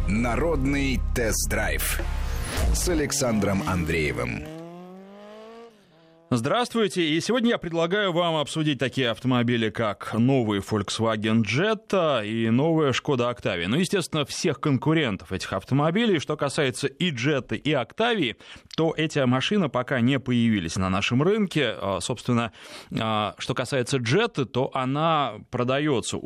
Народный тест-драйв с Александром Андреевым. Здравствуйте, и сегодня я предлагаю вам обсудить такие автомобили, как новый Volkswagen Jetta и новая Skoda Octavia. Ну, естественно, всех конкурентов этих автомобилей. Что касается и Jetta, и Octavia, то эти машины пока не появились на нашем рынке. Собственно, что касается Jetta, то она продается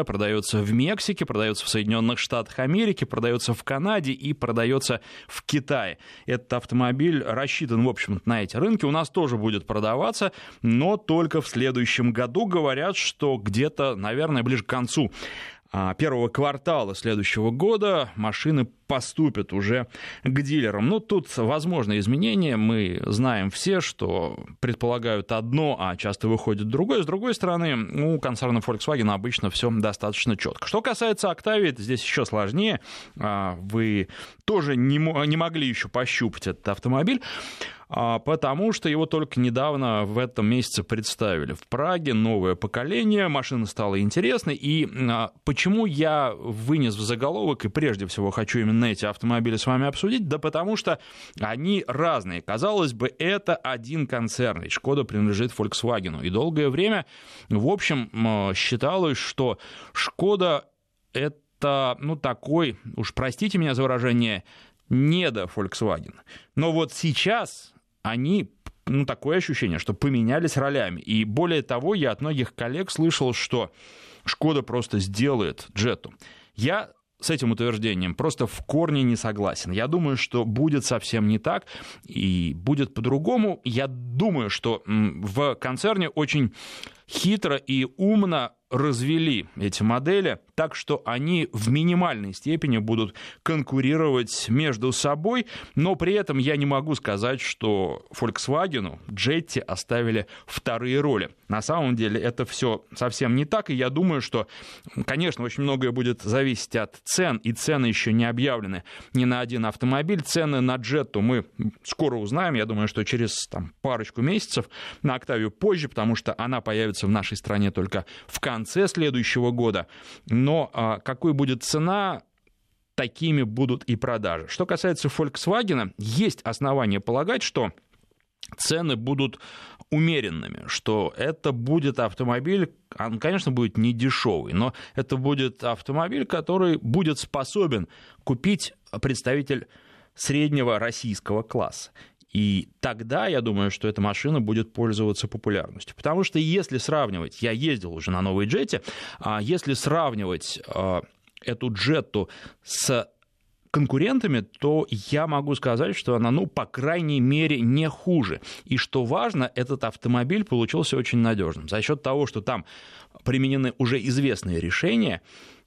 в Мексике, продается в Соединенных Штатах Америки, продается в Канаде и продается в Китае. Этот автомобиль рассчитан, в общем-то, на эти рынки. У нас тоже будет продаваться, но только в следующем году. Говорят, что где-то, наверное, ближе к концу первого квартала следующего года машины поступят уже к дилерам. Ну, тут возможны изменения. Мы знаем все, что предполагают одно, а часто выходит другое. С другой стороны, у концерна Volkswagen обычно все достаточно четко. Что касается Octavia, здесь еще сложнее. Вы тоже не могли еще пощупать этот автомобиль, потому что его только недавно в этом месяце представили в Праге. Новое поколение, машина стала интересной. И почему я вынес в заголовок и прежде всего хочу именно эти автомобили с вами обсудить? Да потому что они разные. Казалось бы, это один концерн, и Шкода принадлежит Volkswagen. И долгое время, в общем, считалось, что Шкода это, такой, уж простите меня за выражение, недо Volkswagen. Но вот сейчас они, такое ощущение, что поменялись ролями. И более того, я от многих коллег слышал, что Шкода просто сделает Джетту. Я с этим утверждением просто в корне не согласен. Я думаю, что будет совсем не так и будет по-другому. Я думаю, что в концерне очень хитро и умно развели эти модели так, что они в минимальной степени будут конкурировать между собой, но при этом я не могу сказать, что Volkswagen, Jetta оставили вторые роли. На самом деле это все совсем не так, и я думаю, что, конечно, очень многое будет зависеть от цен, и цены еще не объявлены ни на один автомобиль. Цены на Jetta мы скоро узнаем, я думаю, что через парочку месяцев, на Octavia позже, потому что она появится в нашей стране только в конце следующего года. Но какой будет цена, такими будут и продажи. Что касается Volkswagen, есть основания полагать, что цены будут умеренными, что это будет автомобиль, он, конечно, будет не дешевый, но это будет автомобиль, который будет способен купить представитель среднего российского класса. И тогда, я думаю, что эта машина будет пользоваться популярностью. Потому что если сравнивать, я ездил уже на новой Джетте, если сравнивать эту Джетту с конкурентами, то я могу сказать, что она, по крайней мере, не хуже. И что важно, этот автомобиль получился очень надежным. За счет того, что там применены уже известные решения,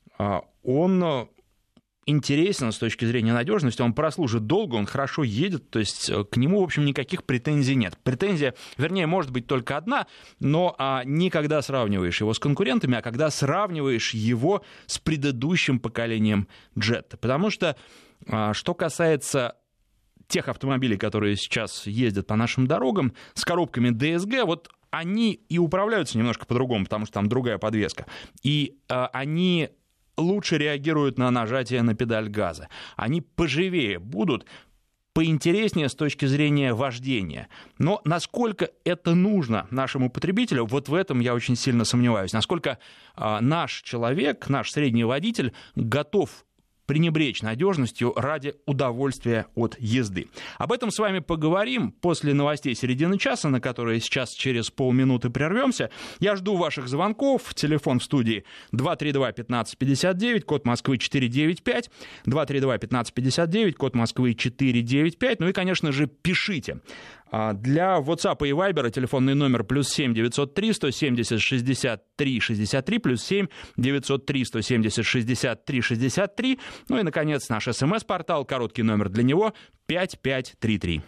он интересен с точки зрения надежности, он прослужит долго, он хорошо едет, то есть к нему, в общем, никаких претензий нет. Претензия, может быть только одна, но не когда сравниваешь его с конкурентами, а когда сравниваешь его с предыдущим поколением Jetta. Потому что, что касается тех автомобилей, которые сейчас ездят по нашим дорогам, с коробками DSG, они и управляются немножко по-другому, потому что там другая подвеска. И они лучше реагируют на нажатие на педаль газа. Они поживее будут, поинтереснее с точки зрения вождения. Но насколько это нужно нашему потребителю, в этом я очень сильно сомневаюсь. Насколько наш человек, наш средний водитель готов пренебречь надежностью ради удовольствия от езды. Об этом с вами поговорим после новостей середины часа, на которые сейчас через полминуты прервемся. Я жду ваших звонков. Телефон в студии 232-1559, код Москвы 495, 232-1559, код Москвы 495. Ну и, конечно же, пишите. Для WhatsApp и Viber телефонный номер +7 903 170 63 63, +7 903 170 63 63. Ну и, наконец, наш СМС-портал, короткий номер для него 5533.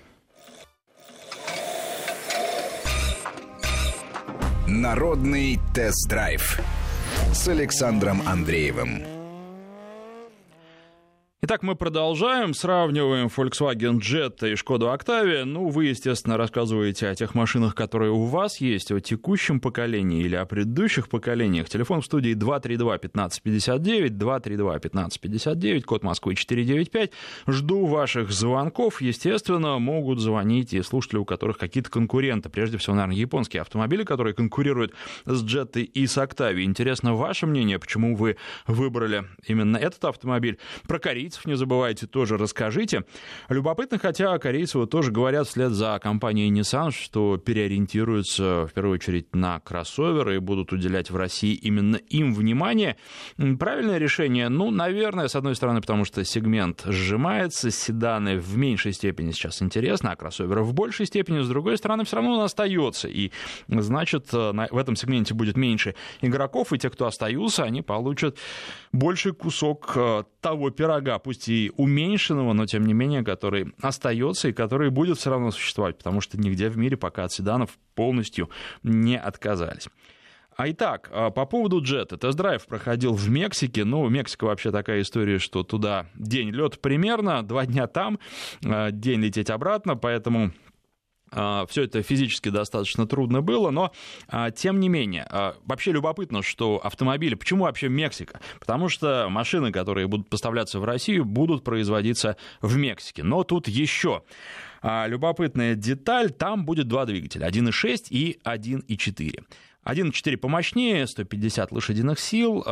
Народный тест-драйв с Александром Андреевым. Итак, мы продолжаем, сравниваем Volkswagen Jetta и Skoda Octavia. Ну, вы, естественно, рассказываете о тех машинах, которые у вас есть, о текущем поколении или о предыдущих поколениях. Телефон в студии 232-1559, 232-1559, код Москвы 495. Жду ваших звонков. Естественно, могут звонить и слушатели, у которых какие-то конкуренты. Прежде всего, наверное, японские автомобили, которые конкурируют с Jetta и с Octavia. Интересно ваше мнение, почему вы выбрали именно этот автомобиль. Про корейцев не забывайте, тоже расскажите. Любопытно, хотя корейцы вот тоже говорят вслед за компанией Nissan, что переориентируются в первую очередь на кроссоверы и будут уделять в России именно им внимание. Правильное решение? Ну, наверное, с одной стороны, потому что сегмент сжимается, седаны в меньшей степени сейчас интересны, а кроссоверы в большей степени. С другой стороны, все равно он остается. И, значит, в этом сегменте будет меньше игроков, и те, кто остаются, они получат больший кусок того пирога, пусть и уменьшенного, но тем не менее, который остается и который будет все равно существовать, потому что нигде в мире пока от седанов полностью не отказались. Итак, по поводу Jetta. Тест-драйв проходил в Мексике. Ну, Мексика вообще такая история, что туда день лёт примерно, 2 дня там, день лететь обратно, поэтому... Все это физически достаточно трудно было, но тем не менее, вообще любопытно, что автомобили, почему вообще Мексика? Потому что машины, которые будут поставляться в Россию, будут производиться в Мексике. Но тут еще любопытная деталь, там будет 2 двигателя, 1.6 и 1.4. 1.4 помощнее, 150 лошадиных сил,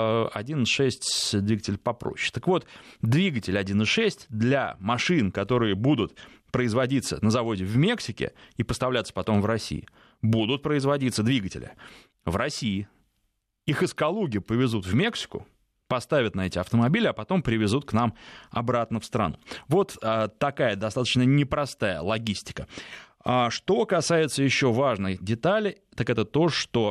1.6 двигатель попроще. Так вот, двигатель 1.6 для машин, которые будут производиться на заводе в Мексике и поставляться потом в России, будут производиться двигатели в России. Их из Калуги повезут в Мексику, поставят на эти автомобили, а потом привезут к нам обратно в страну. Вот такая достаточно непростая логистика. Что касается еще важной детали, так это то, что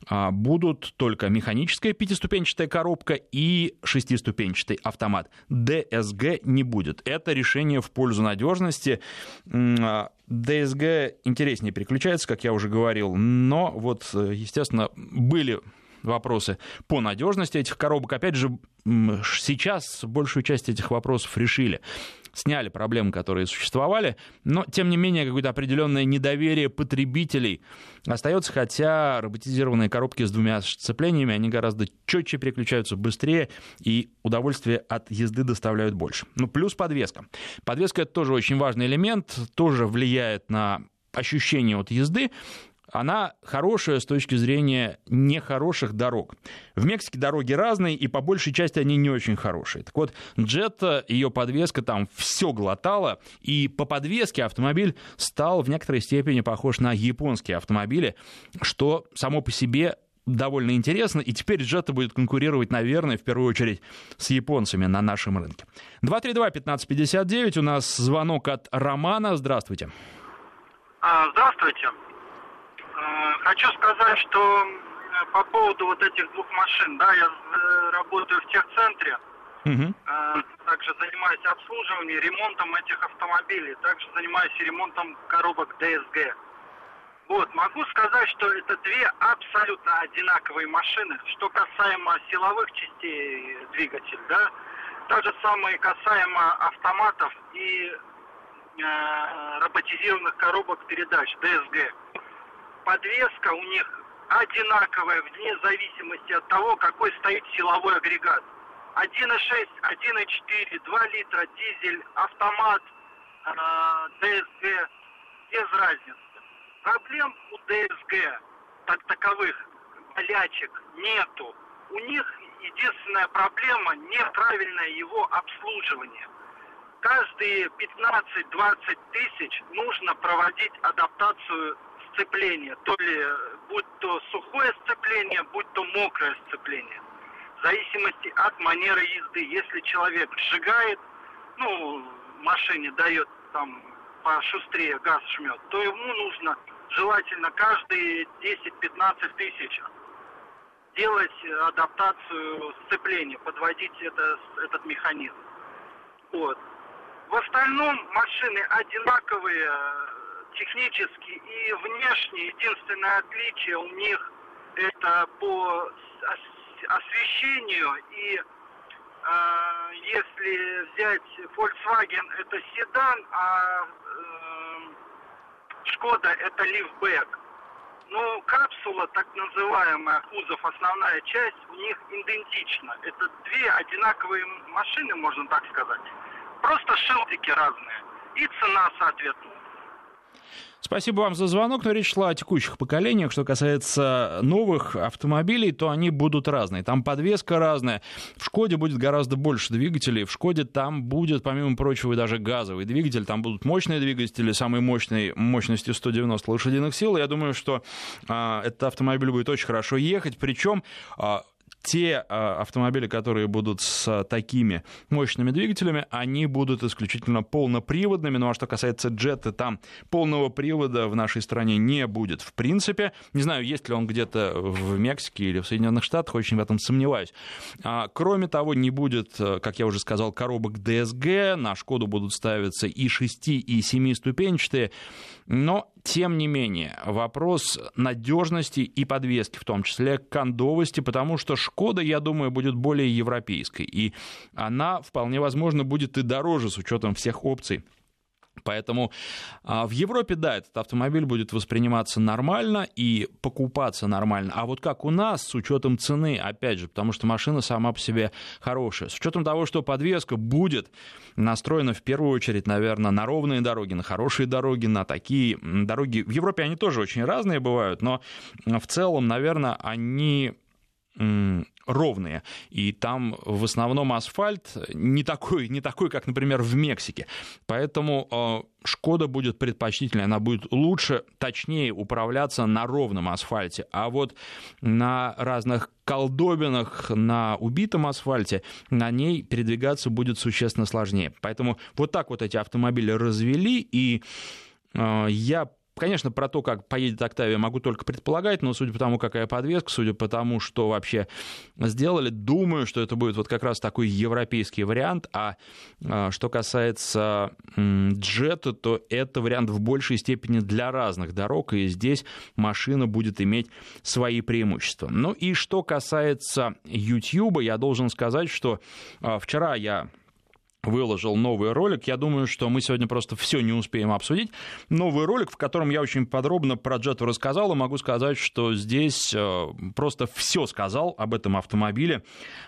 будут только механическая 5-ступенчатая коробка и 6-ступенчатый автомат. ДСГ не будет. Это решение в пользу надежности. ДСГ интереснее переключается, как я уже говорил, но вот, естественно, были вопросы по надежности этих коробок. Опять же, сейчас большую часть этих вопросов решили. Сняли проблемы, которые существовали, но, тем не менее, какое-то определенное недоверие потребителей остается, хотя роботизированные коробки с 2 сцеплениями, они гораздо четче переключаются, быстрее, и удовольствие от езды доставляют больше. Ну, плюс подвеска. Подвеска — это тоже очень важный элемент, тоже влияет на ощущение от езды. Она хорошая с точки зрения нехороших дорог. В Мексике дороги разные, и по большей части они не очень хорошие. Так вот, Jetta, ее подвеска там все глотала, и по подвеске автомобиль стал в некоторой степени похож на японские автомобили, что само по себе довольно интересно, и теперь Jetta будет конкурировать, наверное, в первую очередь с японцами на нашем рынке. 232-1559, у нас звонок от Романа. Здравствуйте. Здравствуйте. Хочу сказать, что по поводу вот этих 2 машин, да, я работаю в техцентре, также занимаюсь обслуживанием, ремонтом этих автомобилей, также занимаюсь и ремонтом коробок ДСГ. Вот, могу сказать, что это 2 абсолютно одинаковые машины, что касаемо силовых частей двигателя, да, так же самое касаемо автоматов и роботизированных коробок передач ДСГ. Подвеска у них одинаковая вне зависимости от того, какой стоит силовой агрегат. 1.6, 1.4, 2 литра, дизель, автомат, ДСГ, без разницы. Проблем у ДСГ, таковых болячек, нету. У них единственная проблема — неправильное его обслуживание. Каждые 15-20 тысяч нужно проводить адаптацию сцепления, то ли будь то сухое сцепление, будь то мокрое сцепление. В зависимости от манеры езды. Если человек сжигает, в машине дает там пошустрее газ жмет, то ему нужно желательно каждые 10-15 тысяч делать адаптацию сцепления, подводить этот механизм. Вот. В остальном машины одинаковые технически и внешне. Единственное отличие у них это по освещению и если взять Volkswagen, это седан, а Шкода это лифтбэк. Ну, капсула, так называемая, кузов, основная часть, у них идентична. Это две одинаковые машины, можно так сказать. Просто шилдики разные. И цена, соответственно. Спасибо вам за звонок, но речь шла о текущих поколениях. Что касается новых автомобилей, то они будут разные. Там подвеска разная. В «Шкоде» будет гораздо больше двигателей. В «Шкоде» там будет, помимо прочего, и даже газовый двигатель. Там будут мощные двигатели, самой мощной мощностью 190 лошадиных сил. Я думаю, что этот автомобиль будет очень хорошо ехать. Причем те автомобили, которые будут с такими мощными двигателями, они будут исключительно полноприводными. Ну а что касается Jetta, там полного привода в нашей стране не будет в принципе. Не знаю, есть ли он где-то в Мексике или в Соединенных Штатах, очень в этом сомневаюсь. Кроме того, не будет, как я уже сказал, коробок DSG. На «Шкоду» будут ставиться и 6, и 7-ступенчатые. Но, тем не менее, вопрос надежности и подвески, в том числе кондовости, потому что «Шкода», я думаю, будет более европейской, и она, вполне возможно, будет и дороже с учетом всех опций. Поэтому в Европе, да, этот автомобиль будет восприниматься нормально и покупаться нормально. А вот как у нас, с учетом цены, опять же, потому что машина сама по себе хорошая, с учетом того, что подвеска будет настроена в первую очередь, наверное, на ровные дороги, на хорошие дороги, на такие дороги. В Европе они тоже очень разные бывают, но в целом, наверное, они ровные, и там в основном асфальт не такой, как, например, в Мексике. Поэтому «Шкода» будет предпочтительнее, она будет лучше, точнее управляться на ровном асфальте. А вот на разных колдобинах, на убитом асфальте, на ней передвигаться будет существенно сложнее. Поэтому вот так вот эти автомобили развели, и я, конечно, про то, как поедет «Октавия», могу только предполагать, но судя по тому, какая подвеска, судя по тому, что вообще сделали, думаю, что это будет вот как раз такой европейский вариант. А что касается «Джетта», то это вариант в большей степени для разных дорог, и здесь машина будет иметь свои преимущества. Ну и что касается YouTube, я должен сказать, что вчера я выложил новый ролик. Я думаю, что мы сегодня просто все не успеем обсудить. Новый ролик, в котором я очень подробно про Jetta рассказал, и могу сказать, что здесь просто все сказал об этом автомобиле,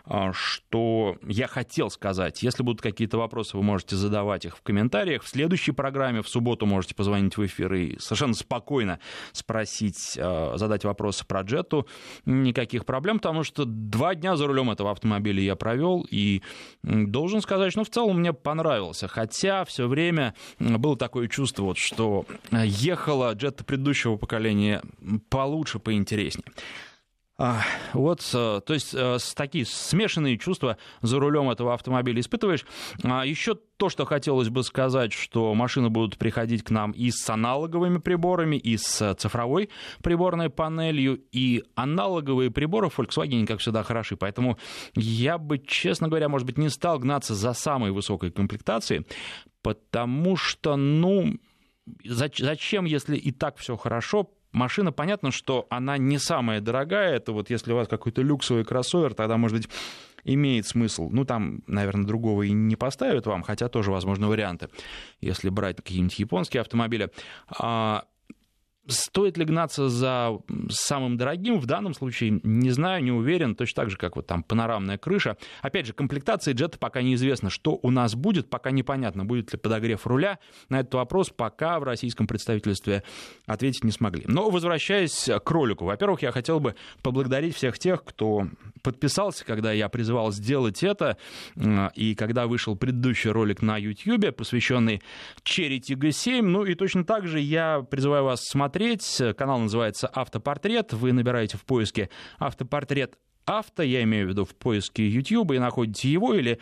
что я хотел сказать. Если будут какие-то вопросы, вы можете задавать их в комментариях. В следующей программе в субботу можете позвонить в эфир и совершенно спокойно спросить, задать вопросы про Jetta. Никаких проблем, потому что 2 дня за рулем этого автомобиля я провел, и должен сказать, что в целом мне понравился, хотя все время было такое чувство, вот, что ехала Jetta предыдущего поколения получше, поинтереснее. Вот, то есть такие смешанные чувства за рулем этого автомобиля испытываешь. Еще то, что хотелось бы сказать, что машины будут приходить к нам и с аналоговыми приборами, и с цифровой приборной панелью, и аналоговые приборы в Volkswagen, как всегда, хороши. Поэтому я бы, честно говоря, может быть, не стал гнаться за самой высокой комплектацией, потому что, зачем, если и так все хорошо? Машина, понятно, что она не самая дорогая. Это вот если у вас какой-то люксовый кроссовер, тогда, может быть, имеет смысл. Там, наверное, другого и не поставят вам, хотя тоже возможны варианты, если брать какие-нибудь японские автомобили. Стоит ли гнаться за самым дорогим? В данном случае не знаю, не уверен. Точно так же, как вот там панорамная крыша. Опять же, комплектации Jetta пока неизвестно, что у нас будет. Пока непонятно, будет ли подогрев руля. На этот вопрос пока в российском представительстве ответить не смогли. Но возвращаясь к ролику. Во-первых, я хотел бы поблагодарить всех тех, кто подписался, когда я призывал сделать это. И когда вышел предыдущий ролик на YouTube, посвященный Chery Tiggo 7. И точно так же я призываю вас смотреть. Канал называется «Автопортрет». Вы набираете в поиске «Автопортрет авто», я имею в виду в поиске YouTube, и находите его, или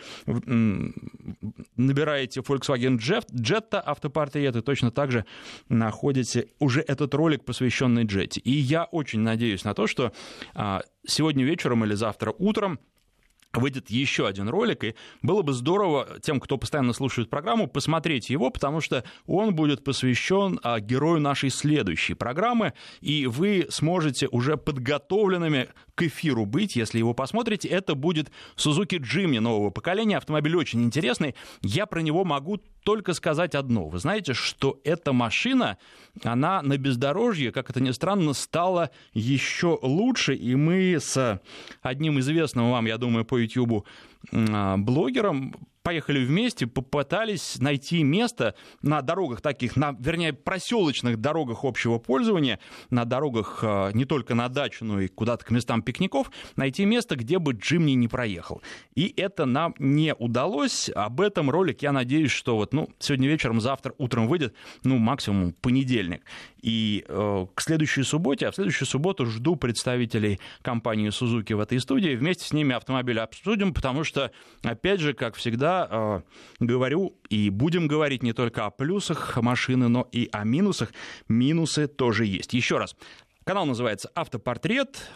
набираете Volkswagen Jetta «Автопортрет», и точно так же находите уже этот ролик, посвященный Jetta. И я очень надеюсь на то, что сегодня вечером или завтра утром выйдет еще один ролик, и было бы здорово тем, кто постоянно слушает программу, посмотреть его, потому что он будет посвящен герою нашей следующей программы, и вы сможете уже подготовленными к эфиру быть, если его посмотрите. Это будет Suzuki Jimny нового поколения, автомобиль очень интересный. Я про него могу только сказать одно. Вы знаете, что эта машина, она на бездорожье, как это ни странно, стала еще лучше, и мы с одним известным вам, я думаю, по YouTube блогером поехали вместе, попытались найти место на дорогах таких, вернее, проселочных дорогах общего пользования, на дорогах не только на дачу, но и куда-то к местам пикников, найти место, где бы Джимни не проехал. И это нам не удалось. Об этом ролик, я надеюсь, что сегодня вечером, завтра утром выйдет, максимум понедельник. И к следующей субботе, а в следующую субботу жду представителей компании Suzuki в этой студии. Вместе с ними автомобиль обсудим, потому что, опять же, как всегда, говорю и будем говорить не только о плюсах машины, но и о минусах. Минусы тоже есть. Еще раз, канал называется «Автопортрет».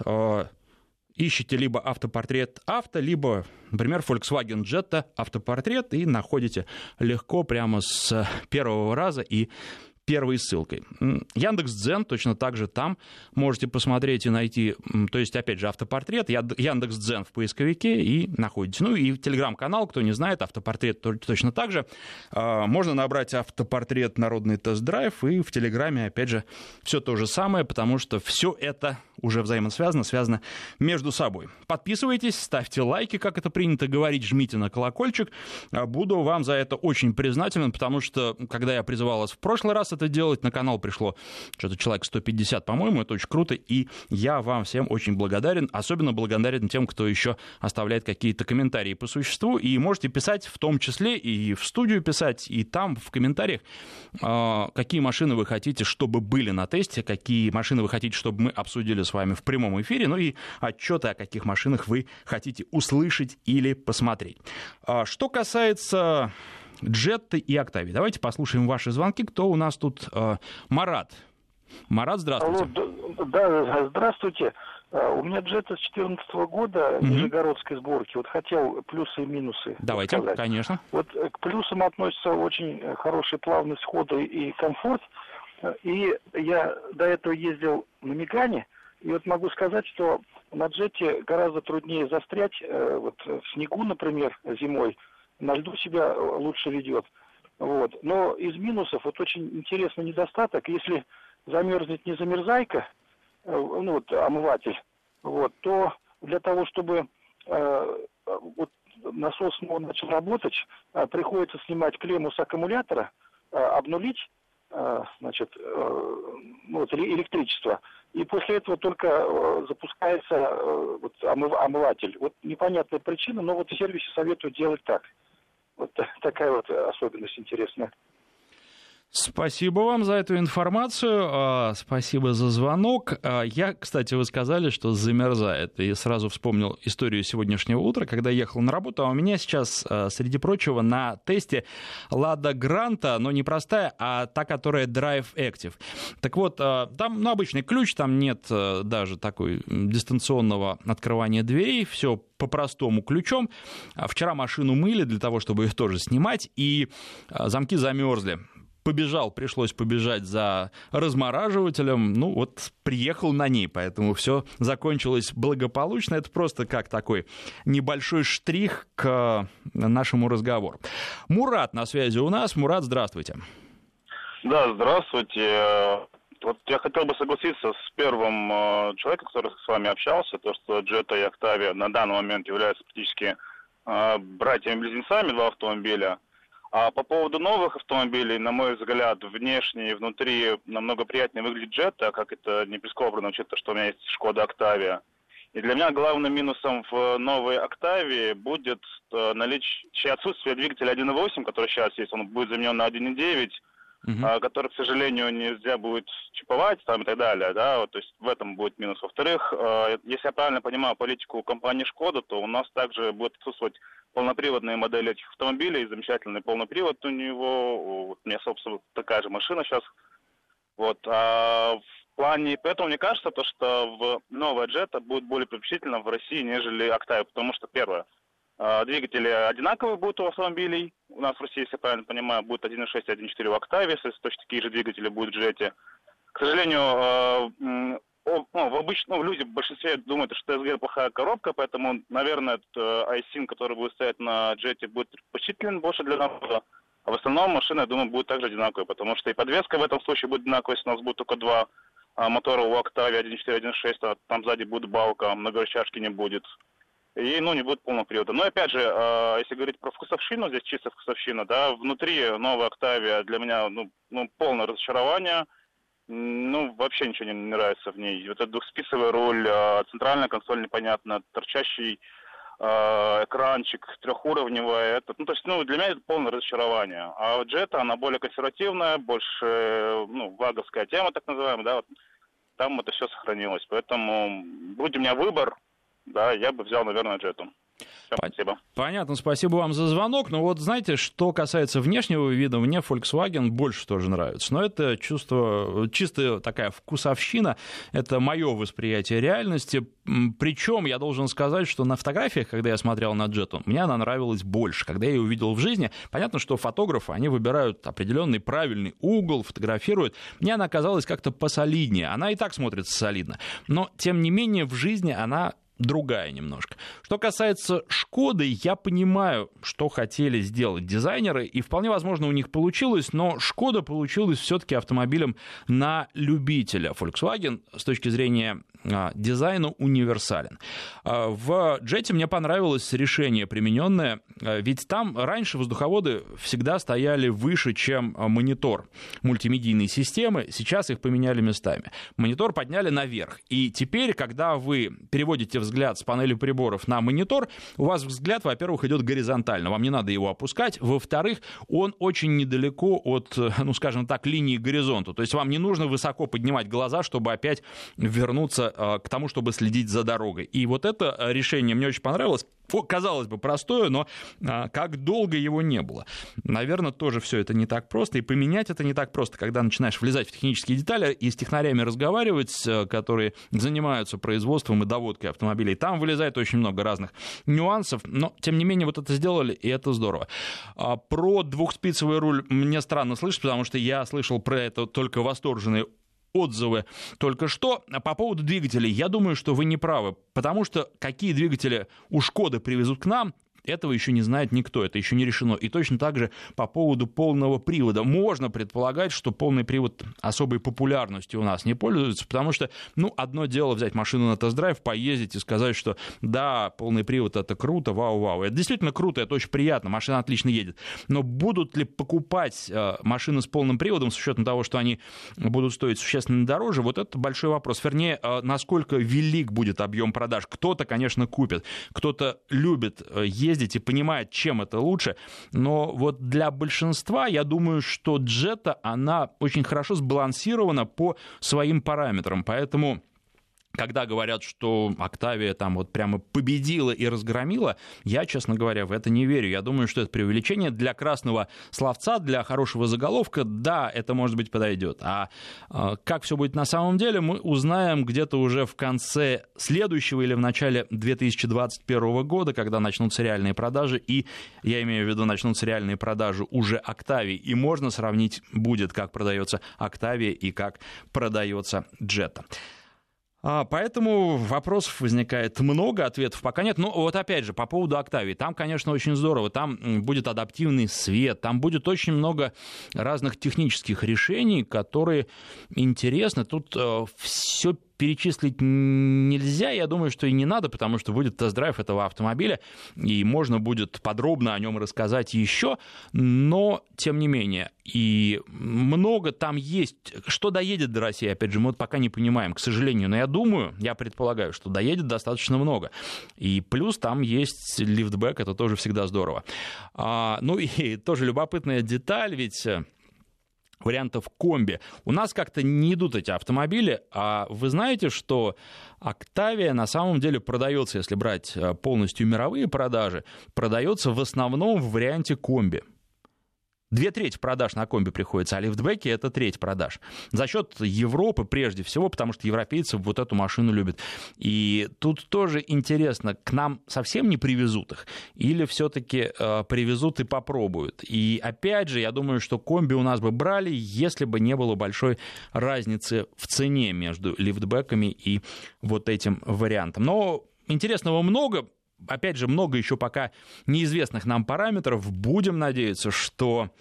Ищите либо «Автопортрет авто», либо, например, Volkswagen Jetta «Автопортрет», и находите легко прямо с первого раза и первой ссылкой. Яндекс.Дзен точно так же там можете посмотреть и найти, то есть, опять же, автопортрет, Яндекс.Дзен в поисковике и находите. И телеграм-канал, кто не знает, автопортрет точно так же. Можно набрать автопортрет «Народный тест-драйв», и в телеграме, опять же, все то же самое, потому что все это уже взаимосвязано, связано между собой. Подписывайтесь, ставьте лайки, как это принято говорить, жмите на колокольчик. Буду вам за это очень признателен, потому что, когда я призывал вас в прошлый раз это делать, на канал пришло что-то человек 150, по-моему, это очень круто, и я вам всем очень благодарен, особенно благодарен тем, кто еще оставляет какие-то комментарии по существу, и можете писать в том числе и в студию писать, и там в комментариях, какие машины вы хотите, чтобы были на тесте, какие машины вы хотите, чтобы мы обсудили с вами в прямом эфире, и отчеты, о каких машинах вы хотите услышать или посмотреть. Что касается Джетты и Октавии, давайте послушаем ваши звонки. Кто у нас тут? Марат. Марат, здравствуйте. Алло, да, здравствуйте. У меня Джетта с 2014 года нижегородской сборки. Хотел плюсы и минусы. Давайте, сказать. Конечно. К плюсам относятся очень хороший плавность хода и комфорт. И я до этого ездил на Мегане, и могу сказать, что на Джетте гораздо труднее застрять. В снегу, например, зимой, на льду себя лучше ведет. Но из минусов очень интересный недостаток. Если замерзнет не замерзайка, омыватель, то для того, чтобы насос снова начал работать, приходится снимать клемму с аккумулятора, обнулить электричество. И после этого только запускается омыватель. Непонятная причина, но в сервисе советуют делать так. Такая особенность интересная. Спасибо вам за эту информацию, спасибо за звонок. Я, кстати, вы сказали, что замерзает, и сразу вспомнил историю сегодняшнего утра, когда ехал на работу, а у меня сейчас, среди прочего, на тесте Лада Гранта, но не простая, а та, которая Drive Active. Так вот, там обычный ключ, там нет даже такой дистанционного открывания дверей, все по-простому ключом. Вчера машину мыли для того, чтобы их тоже снимать, и замки замерзли. Пришлось побежать за размораживателем, приехал на ней, поэтому все закончилось благополучно. Это просто как такой небольшой штрих к нашему разговору. Мурат на связи у нас. Мурат, здравствуйте. Да, здравствуйте. Я хотел бы согласиться с первым человеком, который с вами общался, то, что Jetta и Octavia на данный момент являются практически братьями-близнецами, два автомобиля. А по поводу новых автомобилей, на мой взгляд, внешне и внутри намного приятнее выглядит Jetta, как это не прискорбно, учитывая, что у меня есть Шкода Octavia. И для меня главным минусом в новой Octavia будет наличие отсутствия двигателя 1.8, который сейчас есть, он будет заменен на 1.9, который, к сожалению, нельзя будет чиповать и так далее, да, то есть в этом будет минус. Во-вторых, если я правильно понимаю политику компании Шкода, то у нас также будет отсутствовать полноприводные модели этих автомобилей, замечательный полный привод у него, у меня, собственно, такая же машина сейчас, а в плане, поэтому мне кажется, что новая Jetta будет более предпочтительна в России, нежели Octavia, потому что, первое, Двигатели одинаковые будут у автомобилей. У нас в России, если я правильно понимаю, будет 1.6 и 1.4 в «Октаве», точно такие же двигатели будут в «Джете». К сожалению, люди в большинстве думают, что TSG плохая коробка, поэтому, наверное, этот iSync, который будет стоять на «Джете», будет предпочтителен больше для народа. А в основном машина, я думаю, будет также одинаковой, потому что и подвеска в этом случае будет одинаковой, если у нас будет только два мотора у «Октаве» 1.4 и 1.6, а там сзади будет балка, многорычажки не будет. И, не будет полного привода. Но, опять же, если говорить про вкусовщину, здесь чисто вкусовщина, да, внутри новой «Октавия» для меня, полное разочарование. Вообще ничего не нравится в ней. Вот этот двухспицевый руль, центральная консоль непонятно, торчащий экранчик трехуровневый. Для меня это полное разочарование. А Джета, она более консервативная, больше, ваговская тема, так называемая, да, там это все сохранилось. Поэтому, будь у меня выбор, да, я бы взял, наверное, Джету. Спасибо. Понятно, спасибо вам за звонок. Но вот знаете, что касается внешнего вида, мне Volkswagen больше тоже нравится. Но это чувство, чисто такая вкусовщина, это мое восприятие реальности. Причем я должен сказать, что на фотографиях, когда я смотрел на Джетту, мне она нравилась больше. Когда я ее увидел в жизни, понятно, что фотографы, они выбирают определенный правильный угол, фотографируют. Мне она казалась как-то посолиднее. Она и так смотрится солидно. Но, тем не менее, в жизни она другая немножко. Что касается «Шкоды», я понимаю, что хотели сделать дизайнеры, и вполне возможно у них получилось, но «Шкода» получилась все-таки автомобилем на любителя. Volkswagen с точки зрения дизайна универсален. В «Джете» мне понравилось решение примененное, ведь там раньше воздуховоды всегда стояли выше, чем монитор мультимедийной системы, сейчас их поменяли местами. Монитор подняли наверх, и теперь, когда вы переводите взгляд с панели приборов на монитор, у вас взгляд, во-первых, идет горизонтально, вам не надо его опускать, во-вторых, он очень недалеко от, скажем так, линии горизонта, то есть вам не нужно высоко поднимать глаза, чтобы опять вернуться к тому, чтобы следить за дорогой. И вот это решение мне очень понравилось. Казалось бы, простое, но как долго его не было. Наверное, тоже все это не так просто, и поменять это не так просто, когда начинаешь влезать в технические детали и с технарями разговаривать, которые занимаются производством и доводкой автомобилей. Там вылезает очень много разных нюансов, но, тем не менее, вот это сделали, и это здорово. Про двухспицевый руль мне странно слышать, потому что я слышал про это только восторженные отзывы только что. По поводу двигателей, я думаю, что вы не правы, потому что какие двигатели у «Шкоды» привезут к нам, этого еще не знает никто, это еще не решено. И точно так же по поводу полного привода. Можно предполагать, что полный привод особой популярностью у нас не пользуется, потому что, одно дело взять машину на тест-драйв, поездить и сказать, что да, полный привод — это круто, вау-вау. Это действительно круто, это очень приятно, машина отлично едет. Но будут ли покупать машины с полным приводом с учетом того, что они будут стоить существенно дороже, вот это большой вопрос. Вернее, насколько велик будет объем продаж. Кто-то, конечно, купит, кто-то любит ездить и понимает, чем это лучше, но вот для большинства, я думаю, что Джетта, она очень хорошо сбалансирована по своим параметрам, поэтому когда говорят, что «Октавия» там вот прямо победила и разгромила, я, честно говоря, в это не верю. Я думаю, что это преувеличение для красного словца, для хорошего заголовка. Да, это, может быть, подойдет. А как все будет на самом деле, мы узнаем где-то уже в конце следующего или в начале 2021 года, когда начнутся реальные продажи. И я имею в виду, начнутся реальные продажи уже «Октавии». И можно сравнить будет, как продается «Октавия» и как продается «Джетта». Поэтому вопросов возникает много, ответов пока нет. Но вот опять же, по поводу «Октавии». Там, конечно, очень здорово. Там будет адаптивный свет, там будет очень много разных технических решений, которые интересны. Тут все перечислить нельзя, я думаю, что и не надо, потому что будет тест-драйв этого автомобиля, и можно будет подробно о нем рассказать еще, но, тем не менее, и много там есть. Что доедет до России, опять же, мы вот пока не понимаем, к сожалению, но я думаю, я предполагаю, что доедет достаточно много. И плюс там есть лифтбэк, это тоже всегда здорово. И тоже любопытная деталь, ведь вариантов комби. У нас как-то не идут эти автомобили, а вы знаете, что «Октавия» на самом деле продается, если брать полностью мировые продажи, продается в основном в варианте комби. 2/3 продаж на комби приходится, а лифтбеки — это треть продаж. За счет Европы прежде всего, потому что европейцы вот эту машину любят. И тут тоже интересно, к нам совсем не привезут их или все-таки привезут и попробуют? И опять же, я думаю, что комби у нас бы брали, если бы не было большой разницы в цене между лифтбеками и вот этим вариантом. Но интересного много. Опять же, много еще пока неизвестных нам параметров. Будем надеяться, что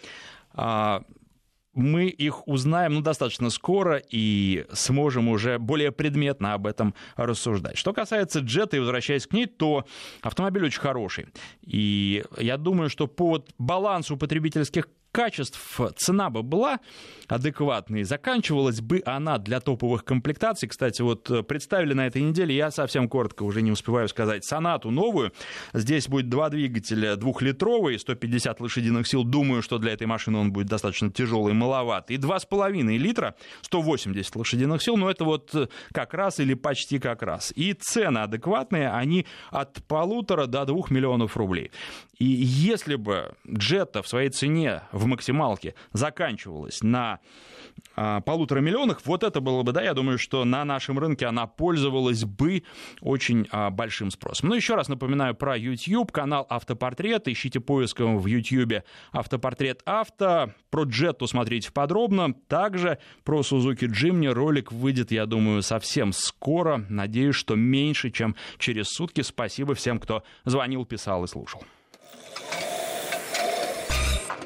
мы их узнаем достаточно скоро и сможем уже более предметно об этом рассуждать. Что касается Jetta, и возвращаясь к ней, то автомобиль очень хороший. И я думаю, что по балансу потребительских качеств цена бы была адекватной, заканчивалась бы она для топовых комплектаций. Кстати, вот представили на этой неделе, я совсем коротко уже не успеваю сказать, Сонату новую. Здесь будет 2 двигателя, 2-литровый, 150 лошадиных сил. Думаю, что для этой машины он будет достаточно тяжелый, маловат. И 2,5 литра, 180 лошадиных сил, но это вот как раз или почти как раз. И цены адекватные, они от 1,5 до 2 миллионов рублей. И если бы Jetta в своей цене в максималке заканчивалась на 1,5 миллиона, вот это было бы, да, я думаю, что на нашем рынке она пользовалась бы очень большим спросом. Ну, еще раз напоминаю про YouTube, канал «Автопортрет», ищите поиском в YouTube «Автопортрет Авто», про Jetta смотрите подробно, также про Suzuki Jimny ролик выйдет, я думаю, совсем скоро, надеюсь, что меньше, чем через сутки. Спасибо всем, кто звонил, писал и слушал.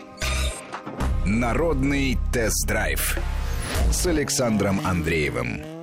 Народный тест-драйв с Александром Андреевым.